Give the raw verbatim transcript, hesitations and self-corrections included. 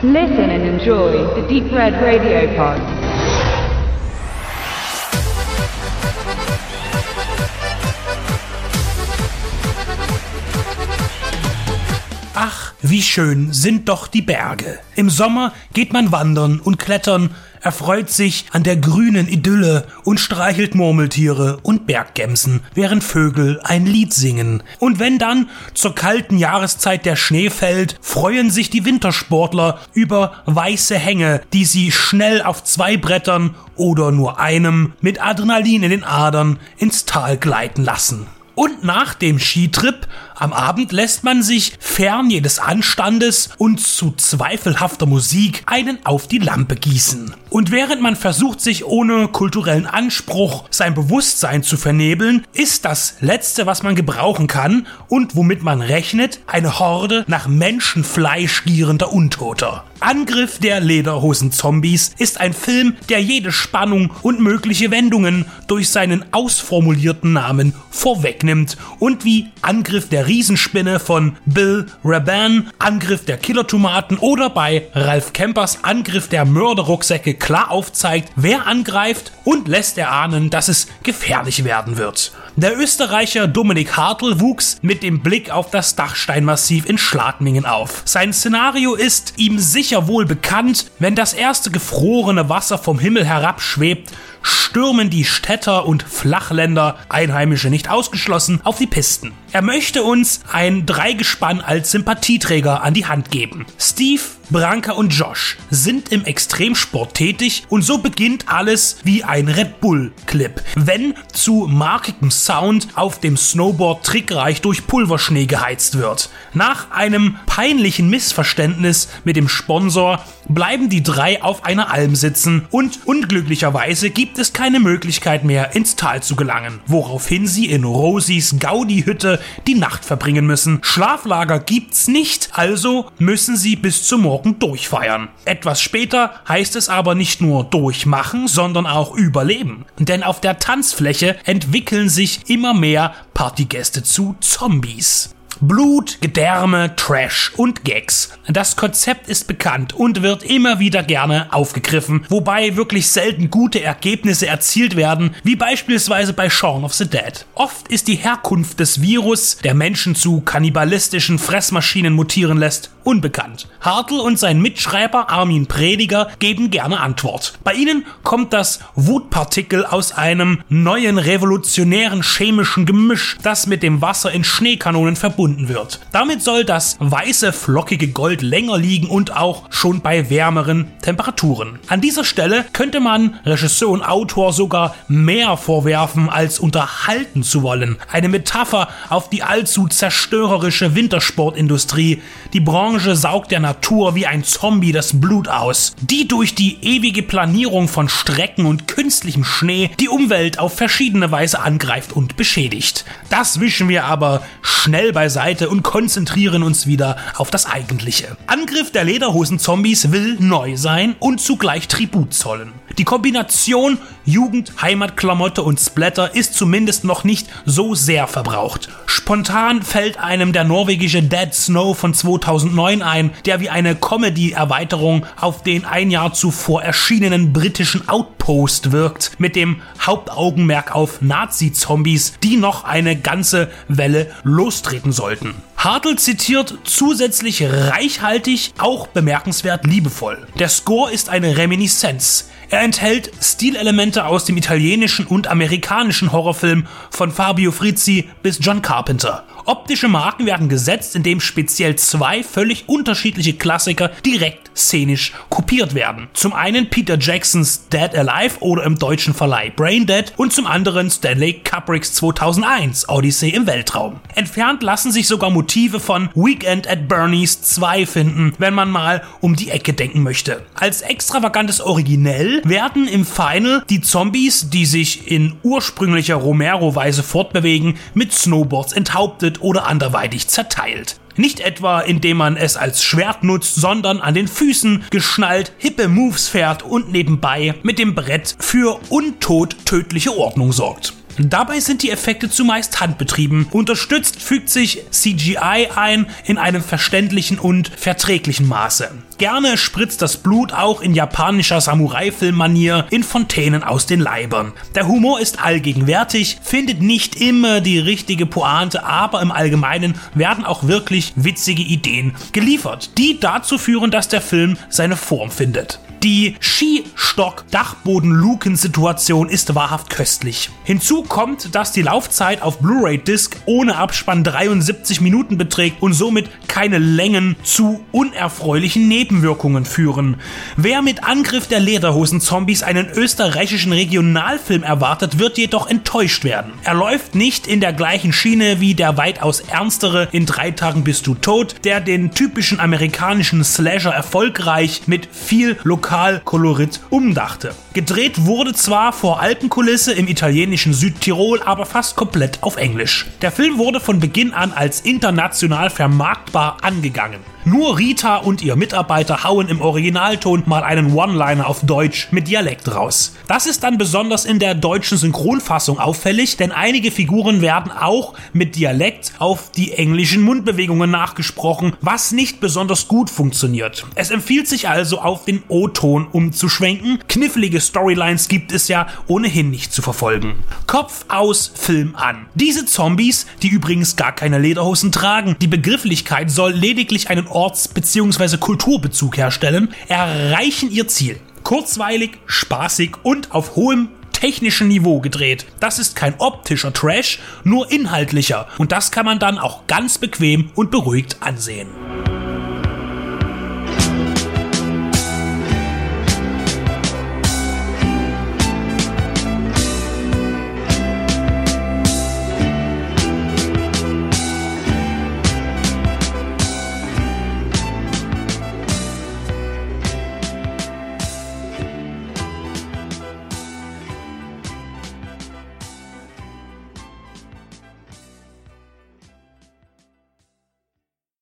Listen and enjoy the Deep Red Radio Pod. Ach, wie schön sind doch die Berge. Im Sommer geht man wandern und klettern, erfreut sich an der grünen Idylle und streichelt Murmeltiere und Berggämsen, während Vögel ein Lied singen. Und wenn dann zur kalten Jahreszeit der Schnee fällt, freuen sich die Wintersportler über weiße Hänge, die sie schnell auf zwei Brettern oder nur einem mit Adrenalin in den Adern ins Tal gleiten lassen. Und nach dem Skitrip am Abend lässt man sich fern jedes Anstandes und zu zweifelhafter Musik einen auf die Lampe gießen. Und während man versucht, sich ohne kulturellen Anspruch sein Bewusstsein zu vernebeln, ist das Letzte, was man gebrauchen kann und womit man rechnet, eine Horde nach Menschenfleisch gierender Untoter. Angriff der Lederhosen-Zombies ist ein Film, der jede Spannung und mögliche Wendungen durch seinen ausformulierten Namen vorwegnimmt und wie Angriff der Riesenspinne von Bill Raban, Angriff der Killertomaten oder bei Ralph Kempers Angriff der Mörderrucksäcke klar aufzeigt, wer angreift und lässt erahnen, dass es gefährlich werden wird. Der Österreicher Dominik Hartl wuchs mit dem Blick auf das Dachsteinmassiv in Schladmingen auf. Sein Szenario ist ihm sicher wohl bekannt. Wenn das erste gefrorene Wasser vom Himmel herabschwebt, stürmen die Städter und Flachländer, Einheimische nicht ausgeschlossen, auf die Pisten. Er möchte uns ein Dreigespann als Sympathieträger an die Hand geben. Steve, Branka und Josh sind im Extremsport tätig und so beginnt alles wie ein Red Bull-Clip, wenn zu markigem Sound auf dem Snowboard trickreich durch Pulverschnee geheizt wird. Nach einem peinlichen Missverständnis mit dem Sponsor bleiben die drei auf einer Alm sitzen und unglücklicherweise gibt es keine Möglichkeit mehr ins Tal zu gelangen, woraufhin sie in Rosis Gaudi-Hütte die Nacht verbringen müssen. Schlaflager gibt's nicht, also müssen sie bis zum Morgen durchfeiern. Etwas später heißt es aber nicht nur durchmachen, sondern auch überleben. Denn auf der Tanzfläche entwickeln sich immer mehr Partygäste zu Zombies. Blut, Gedärme, Trash und Gags. Das Konzept ist bekannt und wird immer wieder gerne aufgegriffen, wobei wirklich selten gute Ergebnisse erzielt werden, wie beispielsweise bei Shaun of the Dead. Oft ist die Herkunft des Virus, der Menschen zu kannibalistischen Fressmaschinen mutieren lässt, unbekannt. Hartl und sein Mitschreiber Armin Prediger geben gerne Antwort. Bei ihnen kommt das Wutpartikel aus einem neuen revolutionären chemischen Gemisch, das mit dem Wasser in Schneekanonen verbunden wird. Damit soll das weiße, flockige Gold länger liegen und auch schon bei wärmeren Temperaturen. An dieser Stelle könnte man Regisseur und Autor sogar mehr vorwerfen, als unterhalten zu wollen. Eine Metapher auf die allzu zerstörerische Wintersportindustrie. Die Branche saugt der Natur wie ein Zombie das Blut aus, die durch die ewige Planierung von Strecken und künstlichem Schnee die Umwelt auf verschiedene Weise angreift und beschädigt. Das wischen wir aber schnell beiseite und konzentrieren uns wieder auf das Eigentliche. Angriff der Lederhosen-Zombies will neu sein und zugleich Tribut zollen. Die Kombination Jugend, Heimatklamotte und Splatter ist zumindest noch nicht so sehr verbraucht. Spontan fällt einem der norwegische Dead Snow von zweitausendneun ein, der wie eine Comedy-Erweiterung auf den ein Jahr zuvor erschienenen britischen Outpost wirkt, mit dem Hauptaugenmerk auf Nazi-Zombies, die noch eine ganze Welle lostreten sollten. Hartl zitiert zusätzlich reichhaltig, auch bemerkenswert liebevoll. Der Score ist eine Reminiszenz. Er enthält Stilelemente aus dem italienischen und amerikanischen Horrorfilm von Fabio Frizzi bis John Carpenter. Optische Marken werden gesetzt, indem speziell zwei völlig unterschiedliche Klassiker direkt szenisch kopiert werden. Zum einen Peter Jacksons Dead Alive oder im deutschen Verleih Brain Dead und zum anderen Stanley Kubricks zweitausendeins Odyssey im Weltraum. Entfernt lassen sich sogar Motive von Weekend at Bernie's zwei finden, wenn man mal um die Ecke denken möchte. Als extravagantes Originell werden im Final die Zombies, die sich in ursprünglicher Romero-Weise fortbewegen, mit Snowboards enthauptet oder anderweitig zerteilt. Nicht etwa, indem man es als Schwert nutzt, sondern an den Füßen geschnallt hippe Moves fährt und nebenbei mit dem Brett für untot tödliche Ordnung sorgt. Dabei sind die Effekte zumeist handbetrieben. Unterstützt fügt sich C G I ein in einem verständlichen und verträglichen Maße. Gerne spritzt das Blut auch in japanischer Samurai-Film-Manier in Fontänen aus den Leibern. Der Humor ist allgegenwärtig, findet nicht immer die richtige Pointe, aber im Allgemeinen werden auch wirklich witzige Ideen geliefert, die dazu führen, dass der Film seine Form findet. Die Skistock-Dachboden-Luken-Situation ist wahrhaft köstlich. Hinzu kommt, dass die Laufzeit auf Blu-ray-Disc ohne Abspann dreiundsiebzig Minuten beträgt und somit keine Längen zu unerfreulichen Nebenwirkungen führen. Wer mit Angriff der Lederhosen-Zombies einen österreichischen Regionalfilm erwartet, wird jedoch enttäuscht werden. Er läuft nicht in der gleichen Schiene wie der weitaus ernstere In drei Tagen bist du tot, der den typischen amerikanischen Slasher erfolgreich mit viel lokal Kolorit umdachte. Gedreht wurde zwar vor Alpenkulisse im italienischen Südtirol, aber fast komplett auf Englisch. Der Film wurde von Beginn an als international vermarktbar angegangen. Nur Rita und ihr Mitarbeiter hauen im Originalton mal einen One-Liner auf Deutsch mit Dialekt raus. Das ist dann besonders in der deutschen Synchronfassung auffällig, denn einige Figuren werden auch mit Dialekt auf die englischen Mundbewegungen nachgesprochen, was nicht besonders gut funktioniert. Es empfiehlt sich also, auf den O-Ton umzuschwenken. Knifflige Storylines gibt es ja ohnehin nicht zu verfolgen. Kopf aus, Film an. Diese Zombies, die übrigens gar keine Lederhosen tragen, die Begrifflichkeit soll lediglich einen Orts- bzw. Kulturbezug herstellen, erreichen ihr Ziel. Kurzweilig, spaßig und auf hohem technischen Niveau gedreht. Das ist kein optischer Trash, nur inhaltlicher. Und das kann man dann auch ganz bequem und beruhigt ansehen.